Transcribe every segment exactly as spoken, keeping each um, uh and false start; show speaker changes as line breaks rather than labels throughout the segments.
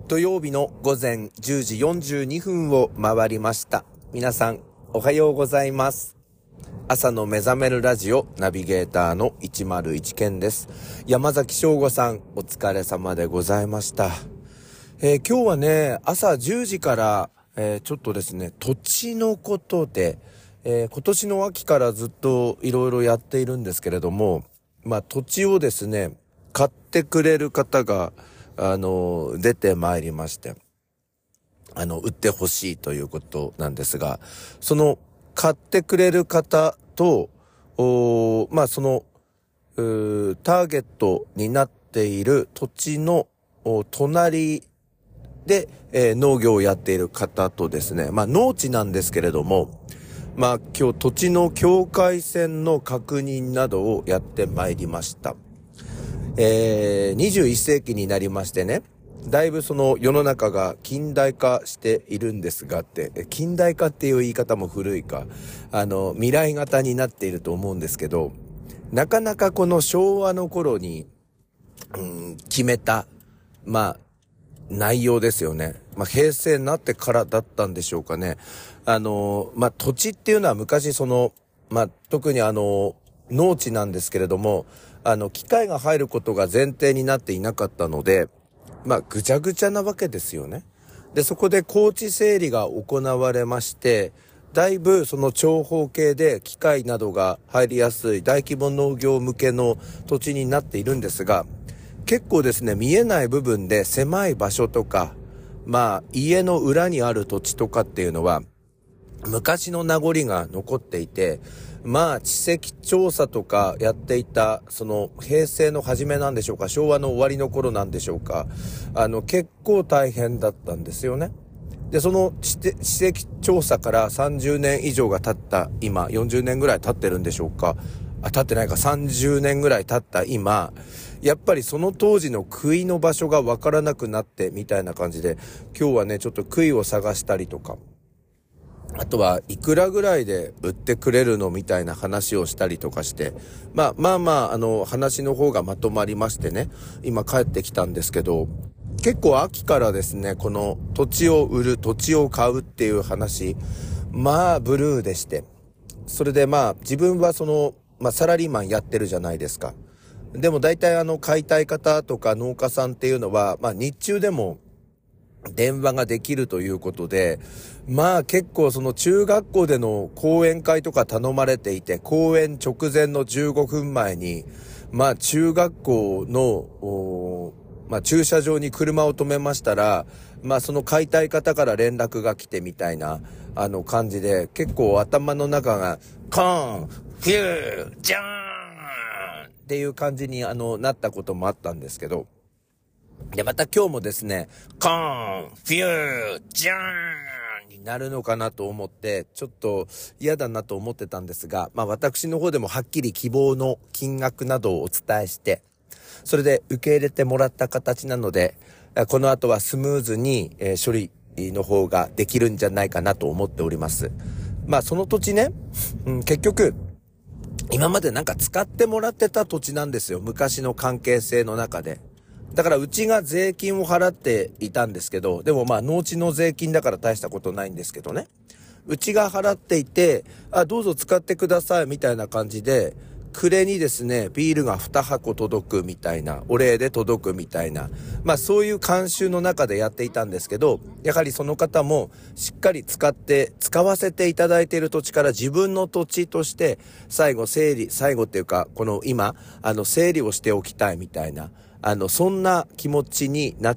土曜日の午前じゅうじよんじゅうにふんを回りました。皆さんおはようございます。朝の目覚めるラジオナビゲーターのいちまるいち健です。山崎翔吾さん、お疲れ様でございました。えー、今日はね、朝じゅうじから、えー、ちょっとですね、土地のことで、えー、今年の秋からずっといろいろやっているんですけれども、まあ土地をですね、買ってくれる方があの出てまいりまして、あの売ってほしいということなんですが、その買ってくれる方とおまあそのターゲットになっている土地の隣で、えー、農業をやっている方とですね、まあ農地なんですけれども、まあ今日土地の境界線の確認などをやってまいりました。えー、にじゅういっせいきになりましてね、だいぶその世の中が近代化しているんですがって、近代化っていう言い方も古いか、あの未来型になっていると思うんですけど、なかなかこの昭和の頃に、うん、決めたまあ内容ですよね。まあ平成になってからだったんでしょうかね。あのまあ土地っていうのは昔そのまあ特にあの農地なんですけれども、あの機械が入ることが前提になっていなかったので、まあぐちゃぐちゃなわけですよね。でそこで耕地整理が行われまして、だいぶその長方形で機械などが入りやすい大規模農業向けの土地になっているんですが、結構ですね、見えない部分で狭い場所とか、まあ家の裏にある土地とかっていうのは昔の名残が残っていて、まあ地籍調査とかやっていたその平成の初めなんでしょうか、昭和の終わりの頃なんでしょうか、あの結構大変だったんですよね。でその地籍調査からさんじゅうねん以上が経った今、よんじゅうねんぐらい経ってるんでしょうか、あ経ってないか、さんじゅうねんぐらい経った今、やっぱりその当時の杭の場所がわからなくなってみたいな感じで、今日はねちょっと杭を探したりとか、あとはいくらぐらいで売ってくれるのみたいな話をしたりとかして、まあまあまあ、あの話の方がまとまりましてね、今帰ってきたんですけど、結構秋からですね、この土地を売る、土地を買うっていう話、まあブルーでして、それでまあ自分はその、まあサラリーマンやってるじゃないですか。でも大体あの買いたい方とか農家さんっていうのは、まあ日中でも電話ができるということで、まあ結構その中学校での講演会とか頼まれていて、講演直前のじゅうごふんまえに、まあ中学校の、まあ駐車場に車を止めましたら、まあその買いたい方から連絡が来てみたいな、あの感じで、結構頭の中が、コーン、フュー、ジャーンっていう感じにあのなったこともあったんですけど、で、また今日もですね、コーン、フュー、ジャーンになるのかなと思って、ちょっと嫌だなと思ってたんですが、まあ私の方でもはっきり希望の金額などをお伝えして、それで受け入れてもらった形なので、この後はスムーズに、えー、処理の方ができるんじゃないかなと思っております。まあその土地ね、うん、結局、今までなんか使ってもらってた土地なんですよ。昔の関係性の中で。だからうちが税金を払っていたんですけど、でもまあ農地の税金だから大したことないんですけどね。うちが払っていて、あ、どうぞ使ってくださいみたいな感じで、暮れにですね、ビールがにはこ届くみたいな、お礼で届くみたいな、まあそういう慣習の中でやっていたんですけど、やはりその方もしっかり使って、使わせていただいている土地から自分の土地として最後整理、最後っていうか、この今、あの整理をしておきたいみたいな、あの、そんな気持ちになって、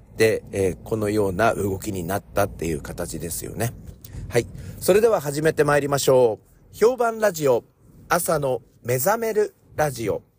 えー、このような動きになったっていう形ですよね。はい。それでは始めてまいりましょう。評判ラジオ、朝の目覚めるラジオ。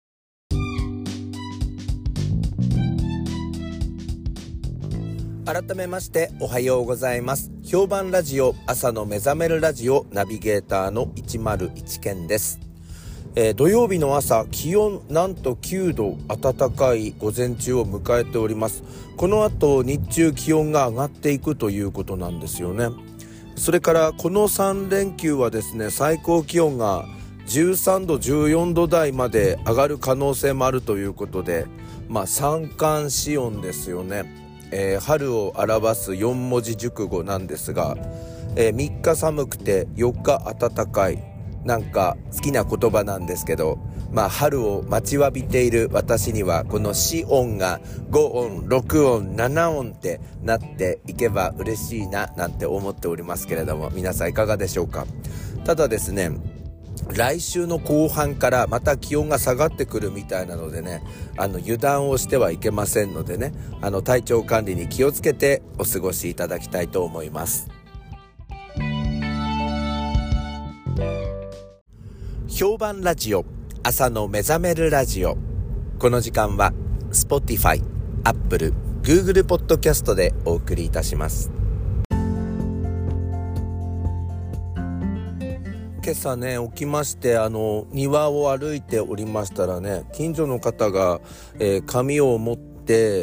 改めましておはようございます。評判ラジオ、朝の目覚めるラジオナビゲーターのいちまるいち健です。えー、土曜日の朝、気温なんときゅうど、暖かい午前中を迎えております。この後日中気温が上がっていくということなんですよね。それからこのさんれんきゅうはですね、最高気温がじゅうさんどじゅうよんど台まで上がる可能性もあるということで、まあ三寒四温ですよね。 えー、春を表すよん文字熟語なんですが、えー、みっか寒くてよっか暖かい、なんか好きな言葉なんですけど、まあ春を待ちわびている私にはこの子音がご音、ろく音、なな音ってなっていけば嬉しいななんて思っておりますけれども、皆さんいかがでしょうか。ただですね、来週の後半からまた気温が下がってくるみたいなのでね、あの油断をしてはいけませんのでね、あの体調管理に気をつけてお過ごしいただきたいと思います。評判ラジオ、朝の目覚めるラジオ。この時間は Spotify、Apple、Google ポッドキャストでお送りいたします。今朝ね起きまして、あの庭を歩いておりましたらね、近所の方が、えー、紙を持って、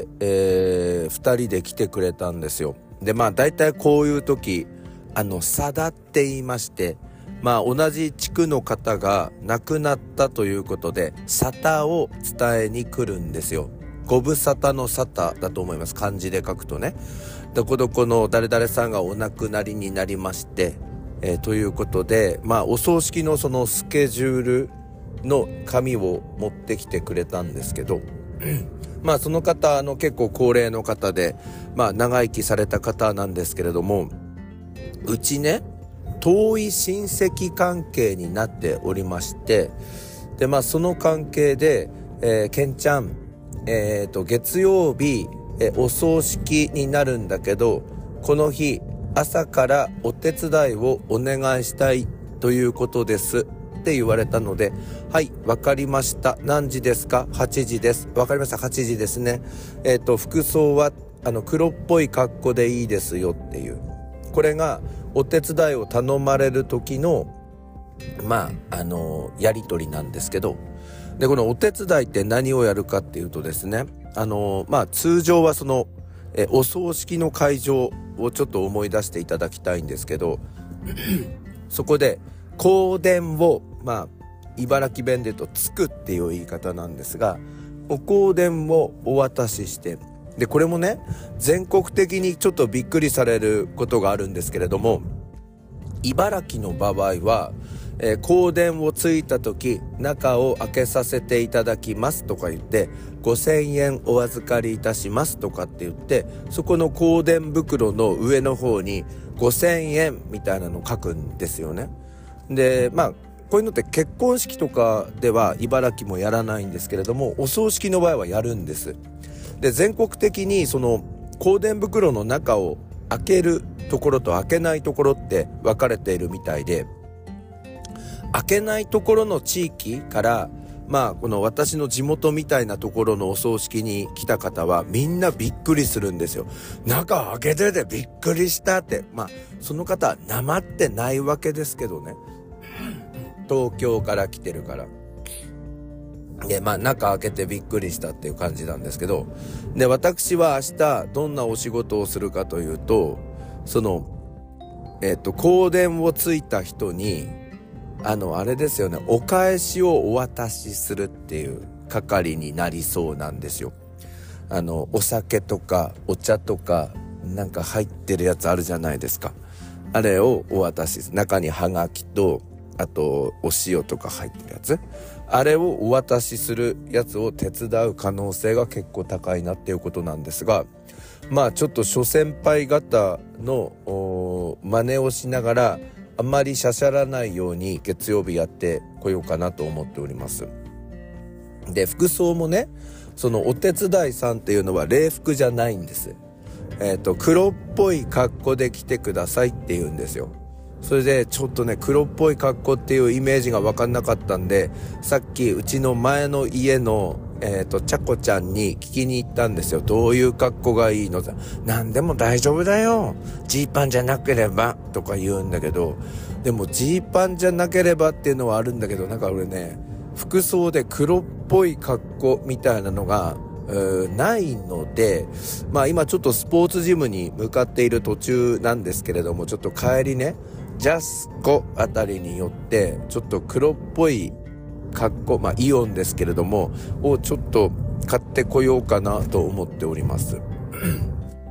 えー、ふたりで来てくれたんですよ。でまあだいたいこういう時あの沙汰って言いまして、まあ同じ地区の方が亡くなったということで沙汰を伝えに来るんですよ。ご無沙汰の沙汰だと思います、漢字で書くとね。どこどこの誰々さんがお亡くなりになりまして、えー、ということで、まあお葬式のそのスケジュールの紙を持ってきてくれたんですけどまあその方あの結構高齢の方で、まあ長生きされた方なんですけれども、うちね遠い親戚関係になっておりまして、でまあその関係で、えー、ケンちゃん、えー、と月曜日、えー、お葬式になるんだけど、この日朝からお手伝いをお願いしたいということですって言われたので、はい、わかりました。何時ですか？はちじです。わかりました。はちじですね。えっと服装はあの黒っぽい格好でいいですよっていう、これがお手伝いを頼まれる時のまああのやり取りなんですけど、でこのお手伝いって何をやるかっていうとですね、あのまあ通常はそのえお葬式の会場をちょっと思い出していただきたいんですけどそこで香典を、まあ茨城弁で言うとつくっていう言い方なんですが、お香典をお渡しして、でこれもね全国的にちょっとびっくりされることがあるんですけれども、茨城の場合は、えー、香典をついた時中を開けさせていただきますとか言って、ごせんえんお預かりいたしますとかって言って、そこの香典袋の上の方にごせんえんみたいなのを書くんですよね。でまあこういうのって結婚式とかでは茨城もやらないんですけれども、お葬式の場合はやるんです。で全国的にその香典袋の中を開けるところと開けないところって分かれているみたいで、開けないところの地域からまあこの私の地元みたいなところのお葬式に来た方はみんなびっくりするんですよ。中開けててびっくりしたって。まあその方はなまってないわけですけどね、東京から来てるから。でまあ中開けてびっくりしたっていう感じなんですけど、で私は明日どんなお仕事をするかというと、そのえっと香典をついた人にあのあれですよね、お返しをお渡しするっていう係になりそうなんですよ。あのお酒とかお茶とかなんか入ってるやつあるじゃないですか。あれをお渡し、中にはがきとあとお塩とか入ってるやつ、あれをお渡しするやつを手伝う可能性が結構高いなっていうことなんですが、まあちょっと諸先輩方の真似をしながらあんまりしゃしゃらないように月曜日やってこようかなと思っております。で服装もね、そのお手伝いさんっていうのは礼服じゃないんです。えっと黒っぽい格好で来てくださいって言うんですよ。それでちょっとね黒っぽい格好っていうイメージが分かんなかったんで、さっきうちの前の家のえっとちゃこちゃんに聞きに行ったんですよ。どういう格好がいいの？なんでも大丈夫だよ、ジーパンじゃなければとか言うんだけど、でもジーパンじゃなければっていうのはあるんだけど、なんか俺ね服装で黒っぽい格好みたいなのがないので、まあ今ちょっとスポーツジムに向かっている途中なんですけれども、ちょっと帰りねジャスコあたりによってちょっと黒っぽい格好、まあイオンですけれどもをちょっと買ってこようかなと思っております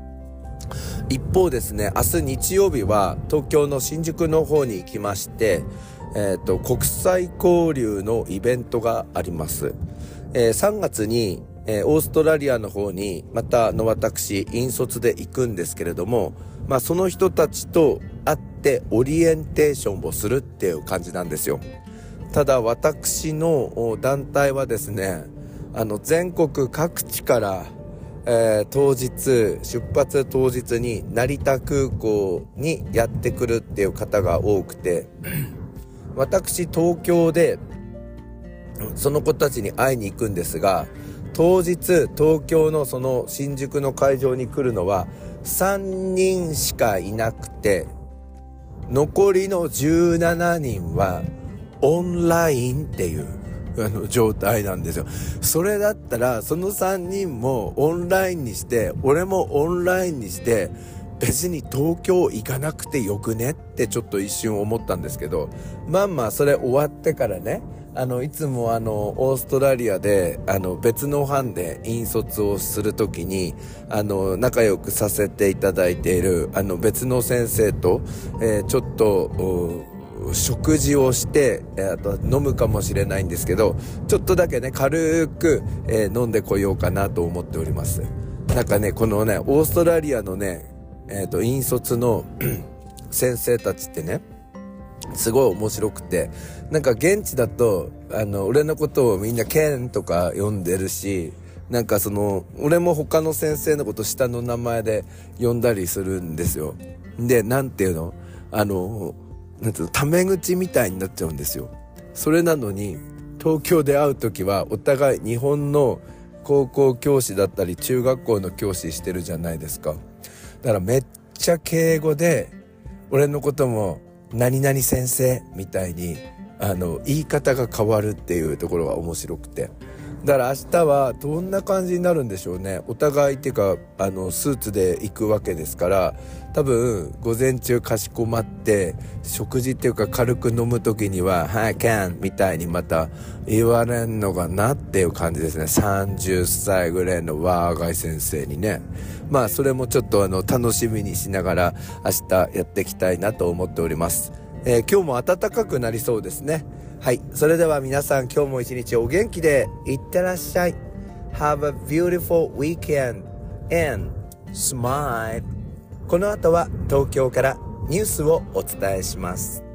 一方ですね、明日日曜日は東京の新宿の方に行きまして、えっと、国際交流のイベントがあります。えー、さんがつに、えー、オーストラリアの方にまたの私引率で行くんですけれども、まあその人たちと会ってオリエンテーションをするっていう感じなんですよ。ただ私の団体はですね、あの全国各地からえー、当日出発当日に成田空港にやってくるっていう方が多くて、私東京でその子たちに会いに行くんですが、当日東京のその新宿の会場に来るのはさんにんしかいなくて、残りのじゅうななにんはオンラインっていうあの状態なんですよ。それだったらそのさんにんもオンラインにして、俺もオンラインにして、別に東京行かなくてよくねってちょっと一瞬思ったんですけど、まあまあそれ終わってからね、あのいつもあのオーストラリアであの別の班で引率をするときにあの仲良くさせていただいているあの別の先生と、えー、ちょっと食事をして、えー、あと飲むかもしれないんですけど、ちょっとだけね軽く、えー、飲んでこようかなと思っております。なんかねこのねオーストラリアのねえっと引率の先生たちってねすごい面白くて、なんか現地だとあの俺のことをみんなケンとか呼んでるし、なんかその俺も他の先生のこと下の名前で呼んだりするんですよ。でなんていうのあのなんていうのタメ口みたいになっちゃうんですよ。それなのに東京で会うときはお互い日本の高校教師だったり中学校の教師してるじゃないですか。だからめっちゃ敬語で俺のことも何々先生みたいにあの言い方が変わるっていうところが面白くて、だから明日はどんな感じになるんでしょうね。お互いっていうかあのスーツで行くわけですから、多分午前中かしこまって食事っていうか軽く飲む時にははいキャンみたいにまた言われんのかなっていう感じですね。さんじゅっさいぐらいの若い先生にね。まあそれもちょっとあの楽しみにしながら明日やっていきたいなと思っております。えー、今日も暖かくなりそうですね。はい、それでは皆さん今日も一日お元気でいってらっしゃい。 Have a beautiful weekend and smile。 この後は東京からニュースをお伝えします。